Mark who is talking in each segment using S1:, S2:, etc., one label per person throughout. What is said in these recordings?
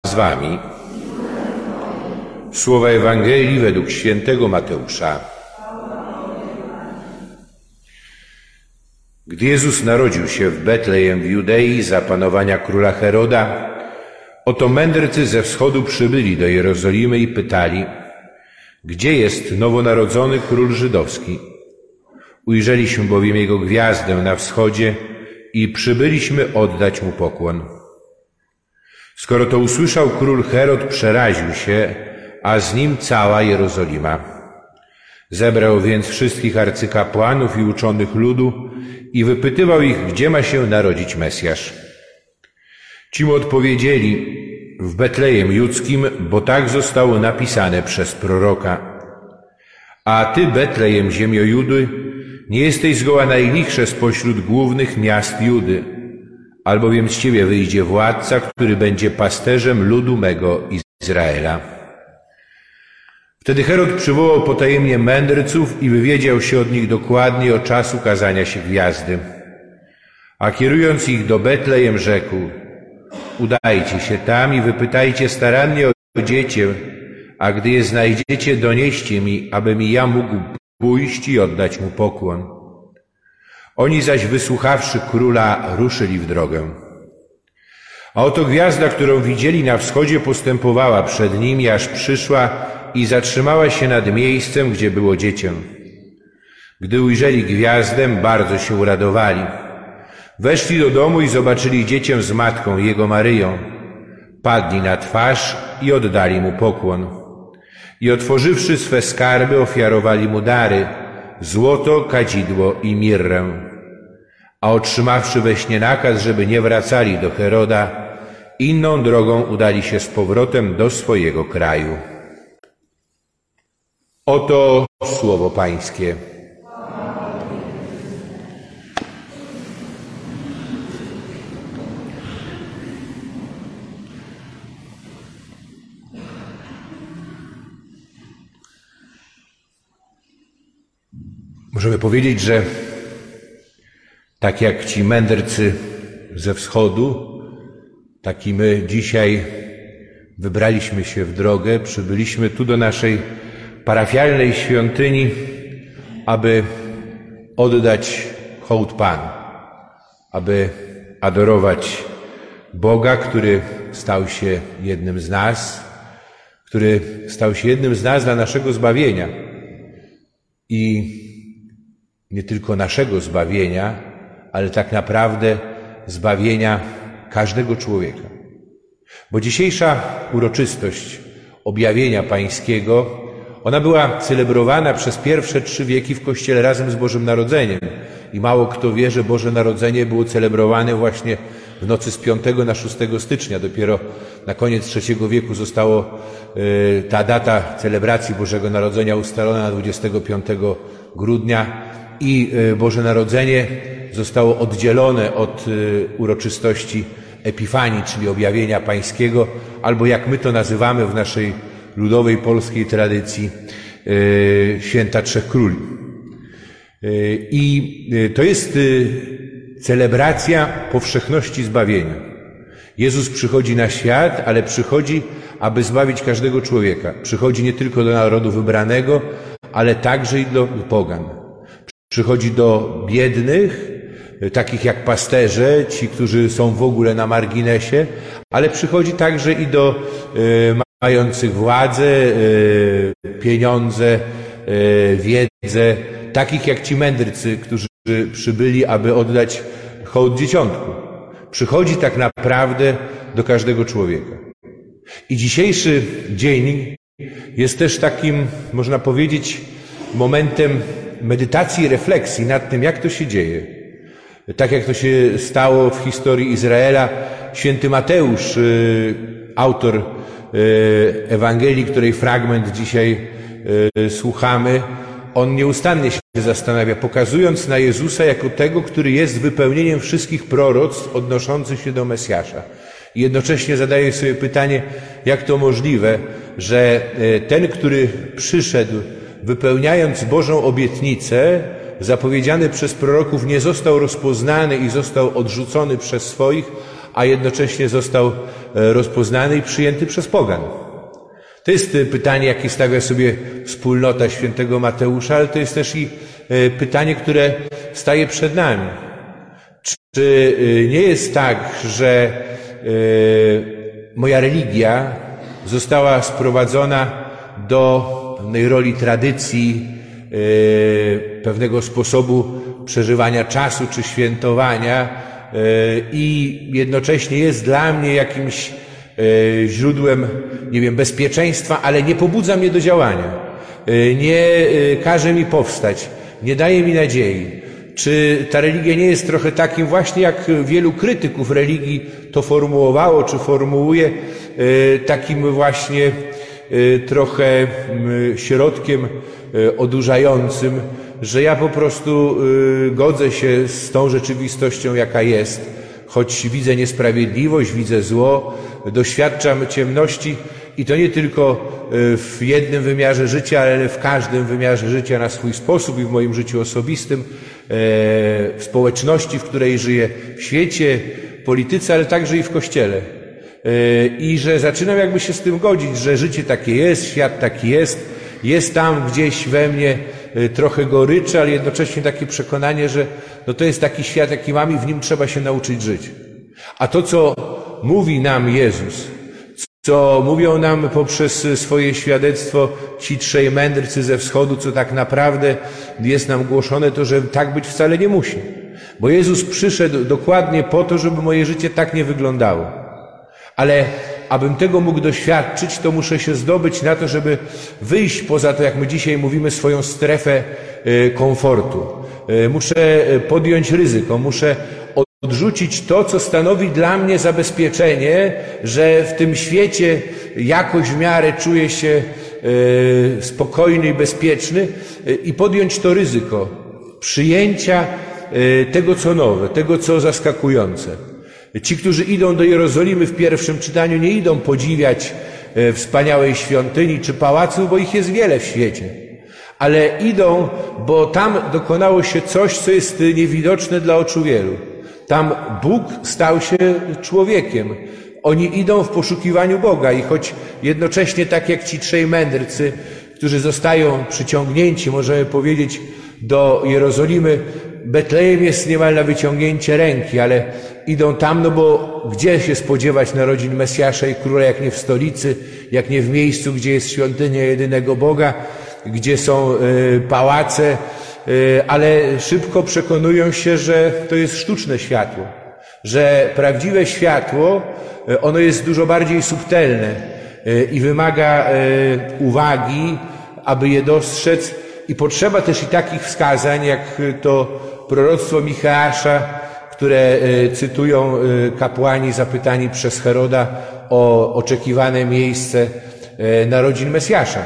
S1: z wami słowa Ewangelii według świętego Mateusza. Gdy Jezus narodził się w Betlejem w Judei za panowania króla Heroda, oto mędrcy ze wschodu przybyli do Jerozolimy i pytali: gdzie jest nowonarodzony król żydowski? Ujrzeliśmy bowiem jego gwiazdę na wschodzie i przybyliśmy oddać mu pokłon. Skoro to usłyszał król Herod, przeraził się, a z nim cała Jerozolima. Zebrał więc wszystkich arcykapłanów i uczonych ludu i wypytywał ich, gdzie ma się narodzić Mesjasz. Ci mu odpowiedzieli: w Betlejem Judzkim, bo tak zostało napisane przez proroka. A ty, Betlejem, ziemio Judy, nie jesteś zgoła najlichsze spośród głównych miast Judy, albowiem z ciebie wyjdzie władca, który będzie pasterzem ludu mego Izraela. Wtedy Herod przywołał potajemnie mędrców i wywiedział się od nich dokładnie o czasu kazania się gwiazdy. A kierując ich do Betlejem, rzekł: udajcie się tam i wypytajcie starannie o dziecię, a gdy je znajdziecie, donieście mi, abym i ja mógł pójść i oddać mu pokłon. Oni zaś, wysłuchawszy króla, ruszyli w drogę. A oto gwiazda, którą widzieli na wschodzie, postępowała przed nimi, aż przyszła i zatrzymała się nad miejscem, gdzie było dziecię. Gdy ujrzeli gwiazdę, bardzo się uradowali. Weszli do domu i zobaczyli dziecię z matką, jego Maryją. Padli na twarz i oddali mu pokłon. I otworzywszy swe skarby, ofiarowali mu dary: złoto, kadzidło i mirrę. A otrzymawszy we śnie nakaz, żeby nie wracali do Heroda, inną drogą udali się z powrotem do swojego kraju. Oto słowo Pańskie. Możemy powiedzieć, że tak jak ci mędrcy ze wschodu, tak i my dzisiaj wybraliśmy się w drogę, przybyliśmy tu do naszej parafialnej świątyni, aby oddać hołd Panu, aby adorować Boga, który stał się jednym z nas, który stał się jednym z nas dla naszego zbawienia. I nie tylko naszego zbawienia, ale tak naprawdę zbawienia każdego człowieka. Bo dzisiejsza uroczystość objawienia Pańskiego, ona była celebrowana przez pierwsze 3 wieki w Kościele razem z Bożym Narodzeniem. I mało kto wie, że Boże Narodzenie było celebrowane właśnie w nocy z 5 na 6 stycznia. Dopiero na koniec III wieku zostało ta data celebracji Bożego Narodzenia ustalona na 25 grudnia i Boże Narodzenie zostało oddzielone od uroczystości Epifanii, czyli objawienia Pańskiego, albo jak my to nazywamy w naszej ludowej polskiej tradycji, Święta Trzech Króli. I to jest celebracja powszechności zbawienia. Jezus przychodzi na świat, ale przychodzi, aby zbawić każdego człowieka. Przychodzi nie tylko do narodu wybranego, ale także i do pogan. Przychodzi do biednych, takich jak pasterze, ci, którzy są w ogóle na marginesie, ale przychodzi także i do mających władzę, pieniądze, wiedzę, takich jak ci mędrcy, którzy przybyli, aby oddać hołd dzieciątku. Przychodzi tak naprawdę do każdego człowieka. I dzisiejszy dzień jest też takim, można powiedzieć, momentem medytacji i refleksji nad tym, jak to się dzieje. Tak jak to się stało w historii Izraela, święty Mateusz, autor Ewangelii, której fragment dzisiaj słuchamy, on nieustannie się zastanawia, pokazując na Jezusa jako tego, który jest wypełnieniem wszystkich proroctw odnoszących się do Mesjasza. I jednocześnie zadaje sobie pytanie, jak to możliwe, że ten, który przyszedł, wypełniając Bożą obietnicę, zapowiedziany przez proroków, nie został rozpoznany i został odrzucony przez swoich, a jednocześnie został rozpoznany i przyjęty przez pogan? To jest pytanie, jakie stawia sobie wspólnota świętego Mateusza, ale to jest też i pytanie, które staje przed nami. Czy nie jest tak, że moja religia została sprowadzona do pewnej roli tradycji, pewnego sposobu przeżywania czasu czy świętowania i jednocześnie jest dla mnie jakimś źródłem, nie wiem, bezpieczeństwa, ale nie pobudza mnie do działania, nie każe mi powstać, nie daje mi nadziei. Czy ta religia nie jest trochę takim właśnie, jak wielu krytyków religii to formułowało, czy formułuje, takim właśnie trochę środkiem odurzającym, że ja po prostu godzę się z tą rzeczywistością, jaka jest, choć widzę niesprawiedliwość, widzę zło, doświadczam ciemności i to nie tylko w jednym wymiarze życia, ale w każdym wymiarze życia na swój sposób i w moim życiu osobistym, w społeczności, w której żyję, w świecie, polityce, ale także i w Kościele. I że zaczynam jakby się z tym godzić, że życie takie jest, świat taki jest tam gdzieś we mnie trochę goryczy, ale jednocześnie takie przekonanie, że no to jest taki świat, jaki mam i w nim trzeba się nauczyć żyć. A to, co mówi nam Jezus, co mówią nam poprzez swoje świadectwo ci trzej mędrcy ze wschodu, co tak naprawdę jest nam głoszone, to że tak być wcale nie musi. Bo Jezus przyszedł dokładnie po to, żeby moje życie tak nie wyglądało. Ale abym tego mógł doświadczyć, to muszę się zdobyć na to, żeby wyjść poza to, jak my dzisiaj mówimy, swoją strefę komfortu. Muszę podjąć ryzyko, muszę odrzucić to, co stanowi dla mnie zabezpieczenie, że w tym świecie jakoś w miarę czuję się spokojny i bezpieczny i podjąć to ryzyko przyjęcia tego, co nowe, tego, co zaskakujące. Ci, którzy idą do Jerozolimy w pierwszym czytaniu, nie idą podziwiać wspaniałej świątyni czy pałacu, bo ich jest wiele w świecie. Ale idą, bo tam dokonało się coś, co jest niewidoczne dla oczu wielu. Tam Bóg stał się człowiekiem. Oni idą w poszukiwaniu Boga i choć jednocześnie tak jak ci trzej mędrcy, którzy zostają przyciągnięci, możemy powiedzieć, do Jerozolimy, Betlejem jest niemal na wyciągnięcie ręki, ale idą tam, no bo gdzie się spodziewać narodzin Mesjasza i Króla, jak nie w stolicy, jak nie w miejscu, gdzie jest świątynia jedynego Boga, gdzie są pałace, ale szybko przekonują się, że to jest sztuczne światło, że prawdziwe światło, ono jest dużo bardziej subtelne i wymaga uwagi, aby je dostrzec i potrzeba też i takich wskazań, jak to proroctwo Micheasza, które cytują kapłani zapytani przez Heroda o oczekiwane miejsce narodzin Mesjasza.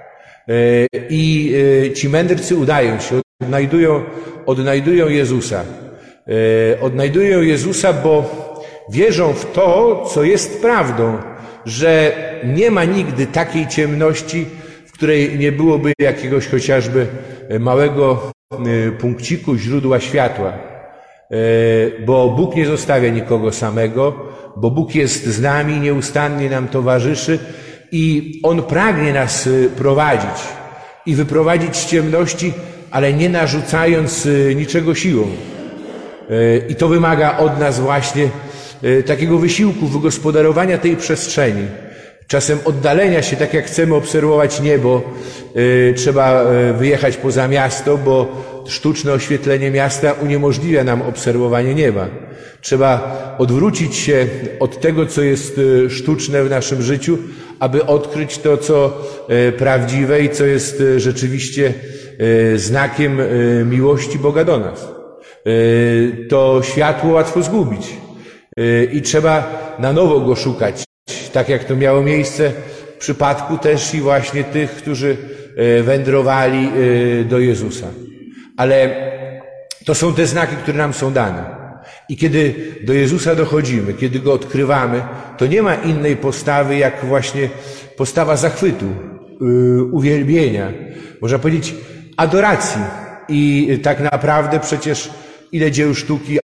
S1: I ci mędrcy udają się, odnajdują Jezusa. Odnajdują Jezusa, bo wierzą w to, co jest prawdą, że nie ma nigdy takiej ciemności, w której nie byłoby jakiegoś chociażby małego punkciku źródła światła. Bo Bóg nie zostawia nikogo samego, bo Bóg jest z nami, nieustannie nam towarzyszy i On pragnie nas prowadzić i wyprowadzić z ciemności, ale nie narzucając niczego siłą. I to wymaga od nas właśnie takiego wysiłku, wygospodarowania tej przestrzeni. Czasem oddalenia się, tak jak chcemy obserwować niebo, trzeba wyjechać poza miasto, bo sztuczne oświetlenie miasta uniemożliwia nam obserwowanie nieba. Trzeba odwrócić się od tego, co jest sztuczne w naszym życiu, aby odkryć to, co prawdziwe i co jest rzeczywiście znakiem miłości Boga do nas. To światło łatwo zgubić i trzeba na nowo go szukać, tak jak to miało miejsce w przypadku też i właśnie tych, którzy wędrowali do Jezusa. Ale to są te znaki, które nam są dane. I kiedy do Jezusa dochodzimy, kiedy Go odkrywamy, to nie ma innej postawy, jak właśnie postawa zachwytu, uwielbienia, można powiedzieć adoracji. I tak naprawdę przecież ile dzieł sztuki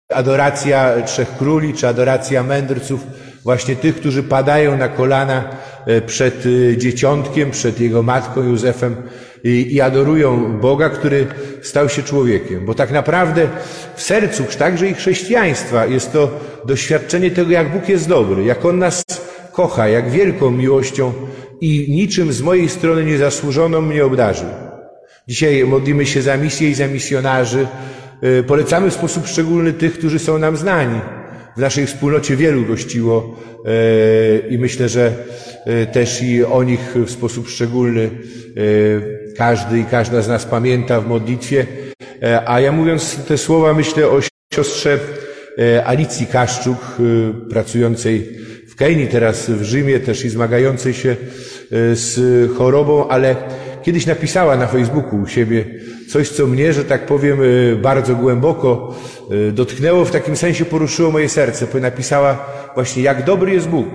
S1: adoracja Trzech Króli, czy adoracja mędrców, właśnie tych, którzy padają na kolana przed Dzieciątkiem, przed Jego matką Józefem i adorują Boga, który stał się człowiekiem. Bo tak naprawdę w sercu także i chrześcijaństwa jest to doświadczenie tego, jak Bóg jest dobry, jak On nas kocha, jak wielką miłością i niczym z mojej strony niezasłużoną mnie obdarzył. Dzisiaj modlimy się za misję i za misjonarzy. Polecamy w sposób szczególny tych, którzy są nam znani. W naszej wspólnocie wielu gościło i myślę, że też i o nich w sposób szczególny każdy i każda z nas pamięta w modlitwie. A ja mówiąc te słowa, myślę o siostrze Alicji Kaszczuk, pracującej w Kenii, teraz w Rzymie też i zmagającej się z chorobą, ale kiedyś napisała na Facebooku u siebie coś, co mnie, że tak powiem, bardzo głęboko dotknęło, w takim sensie poruszyło moje serce. Napisała właśnie, jak dobry jest Bóg.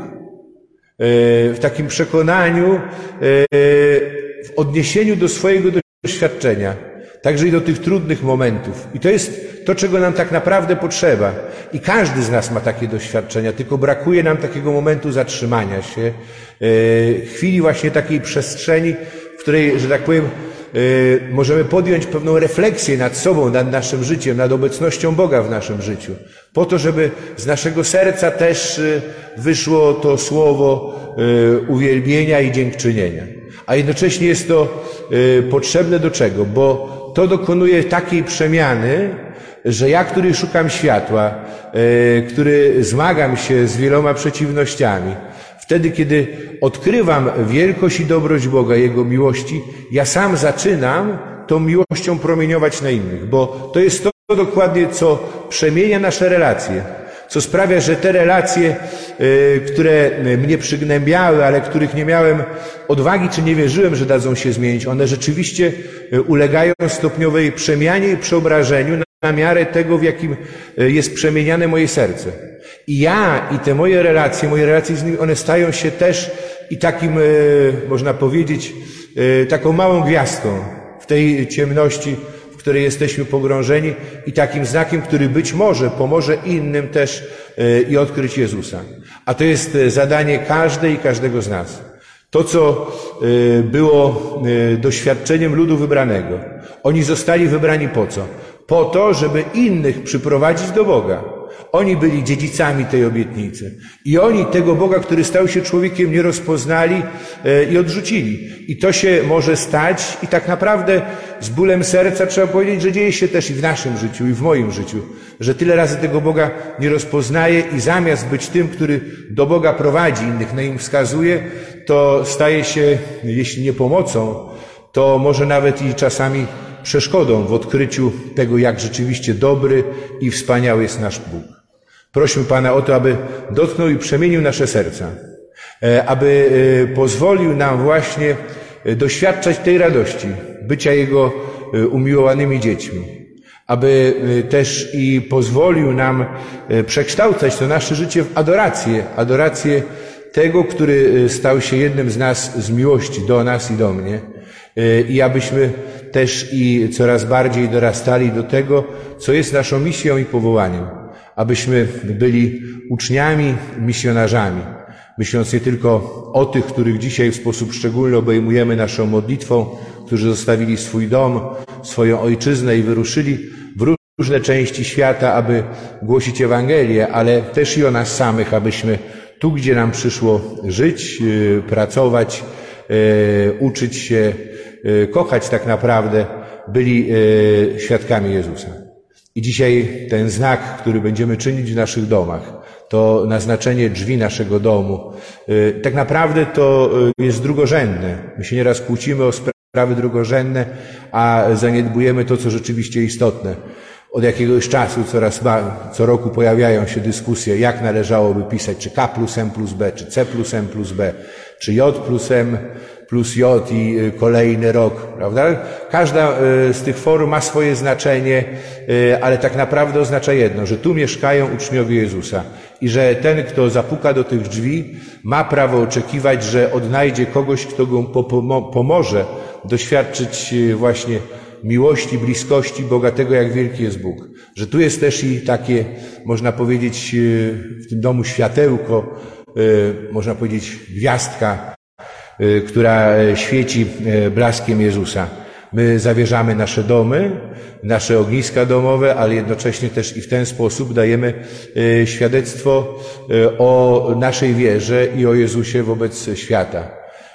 S1: W takim przekonaniu, w odniesieniu do swojego doświadczenia, także i do tych trudnych momentów. I to jest to, czego nam tak naprawdę potrzeba. I każdy z nas ma takie doświadczenia, tylko brakuje nam takiego momentu zatrzymania się, chwili właśnie takiej przestrzeni, w której, że tak powiem, możemy podjąć pewną refleksję nad sobą, nad naszym życiem, nad obecnością Boga w naszym życiu. Po to, żeby z naszego serca też wyszło to słowo uwielbienia i dziękczynienia. A jednocześnie jest to potrzebne do czego? Bo to dokonuje takiej przemiany, że ja, który szukam światła, który zmagam się z wieloma przeciwnościami, wtedy, kiedy odkrywam wielkość i dobroć Boga, Jego miłości, ja sam zaczynam tą miłością promieniować na innych, bo to jest to dokładnie, co przemienia nasze relacje, co sprawia, że te relacje, które mnie przygnębiały, ale których nie miałem odwagi, czy nie wierzyłem, że dadzą się zmienić, one rzeczywiście ulegają stopniowej przemianie i przeobrażeniu na miarę tego, w jakim jest przemieniane moje serce. I ja, i te moje relacje z nimi, one stają się też i takim, można powiedzieć, taką małą gwiazdką w tej ciemności, w której jesteśmy pogrążeni i takim znakiem, który być może pomoże innym też i odkryć Jezusa. A to jest zadanie każdej i każdego z nas. To, co było doświadczeniem ludu wybranego. Oni zostali wybrani po co? Po to, żeby innych przyprowadzić do Boga. Oni byli dziedzicami tej obietnicy. I oni tego Boga, który stał się człowiekiem, nie rozpoznali i odrzucili. I to się może stać i tak naprawdę z bólem serca trzeba powiedzieć, że dzieje się też i w naszym życiu, i w moim życiu. Że tyle razy tego Boga nie rozpoznaję i zamiast być tym, który do Boga prowadzi innych, na nim wskazuje, to staje się, jeśli nie pomocą, to może nawet i czasami przeszkodą w odkryciu tego, jak rzeczywiście dobry i wspaniały jest nasz Bóg. Prośmy Pana o to, aby dotknął i przemienił nasze serca, aby pozwolił nam właśnie doświadczać tej radości, bycia Jego umiłowanymi dziećmi, aby też i pozwolił nam przekształcać to nasze życie w adorację tego, który stał się jednym z nas z miłości do nas i do mnie. I abyśmy też i coraz bardziej dorastali do tego, co jest naszą misją i powołaniem. Abyśmy byli uczniami, misjonarzami, myśląc nie tylko o tych, których dzisiaj w sposób szczególny obejmujemy naszą modlitwą, którzy zostawili swój dom, swoją ojczyznę i wyruszyli w różne części świata, aby głosić Ewangelię, ale też i o nas samych, abyśmy tu, gdzie nam przyszło żyć, pracować, uczyć się, kochać tak naprawdę, byli świadkami Jezusa. I dzisiaj ten znak, który będziemy czynić w naszych domach, to naznaczenie drzwi naszego domu, tak naprawdę to jest drugorzędne. My się nieraz kłócimy o sprawy drugorzędne, a zaniedbujemy to, co rzeczywiście istotne. Od jakiegoś czasu co roku pojawiają się dyskusje, jak należałoby pisać, czy K plus M plus B, czy C plus M plus B, czy J plus M plus J i kolejny rok, prawda? Każda z tych form ma swoje znaczenie, ale tak naprawdę oznacza jedno, że tu mieszkają uczniowie Jezusa i że ten, kto zapuka do tych drzwi, ma prawo oczekiwać, że odnajdzie kogoś, kto go pomoże doświadczyć właśnie miłości, bliskości Boga, tego jak wielki jest Bóg. Że tu jest też i takie, można powiedzieć, w tym domu światełko, można powiedzieć gwiazdka, która świeci blaskiem Jezusa. My zawierzamy nasze domy, nasze ogniska domowe, ale jednocześnie też i w ten sposób dajemy świadectwo o naszej wierze i o Jezusie wobec świata.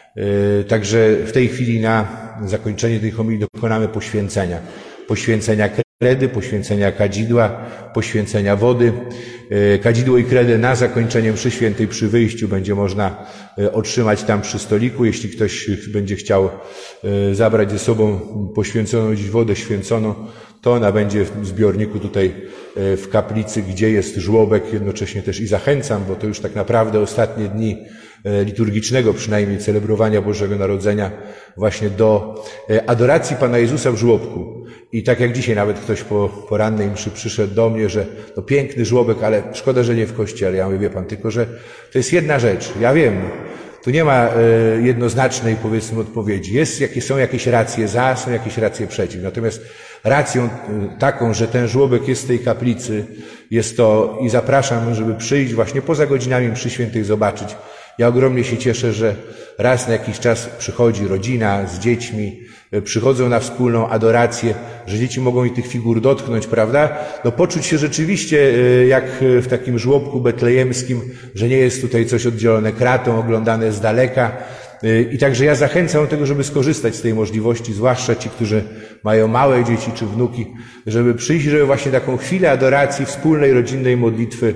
S1: Także w tej chwili na zakończenie tej homilii dokonamy poświęcenia. Poświęcenia kredy, poświęcenia kadzidła, poświęcenia wody. Kadzidło i kredę na zakończenie mszy świętej przy wyjściu będzie można otrzymać tam przy stoliku. Jeśli ktoś będzie chciał zabrać ze sobą poświęconą dziś wodę święconą, to ona będzie w zbiorniku tutaj w kaplicy, gdzie jest żłobek. Jednocześnie też i zachęcam, bo to już tak naprawdę ostatnie dni liturgicznego przynajmniej celebrowania Bożego Narodzenia właśnie do adoracji Pana Jezusa w żłobku. I tak jak dzisiaj nawet ktoś po porannej mszy przyszedł do mnie, że to piękny żłobek, ale szkoda, że nie w kościele. Ja mówię, wie Pan, tylko że to jest jedna rzecz. Ja wiem, tu nie ma jednoznacznej, powiedzmy, odpowiedzi. Są jakieś racje za, są jakieś racje przeciw. Natomiast racją taką, że ten żłobek jest w tej kaplicy, jest to i zapraszam, żeby przyjść właśnie poza godzinami mszy świętej zobaczyć. Ja ogromnie się cieszę, że raz na jakiś czas przychodzi rodzina z dziećmi, przychodzą na wspólną adorację, że dzieci mogą i tych figur dotknąć, prawda? No poczuć się rzeczywiście jak w takim żłobku betlejemskim, że nie jest tutaj coś oddzielone kratą, oglądane z daleka. I także ja zachęcam do tego, żeby skorzystać z tej możliwości, zwłaszcza ci, którzy mają małe dzieci czy wnuki, żeby przyjść, żeby właśnie taką chwilę adoracji, wspólnej, rodzinnej modlitwy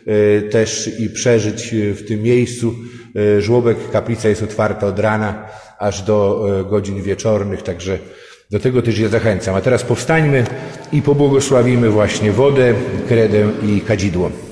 S1: też i przeżyć w tym miejscu. Żłobek, kaplica jest otwarta od rana aż do godzin wieczornych, także do tego też ja zachęcam. A teraz powstańmy i pobłogosławimy właśnie wodę, kredę i kadzidło.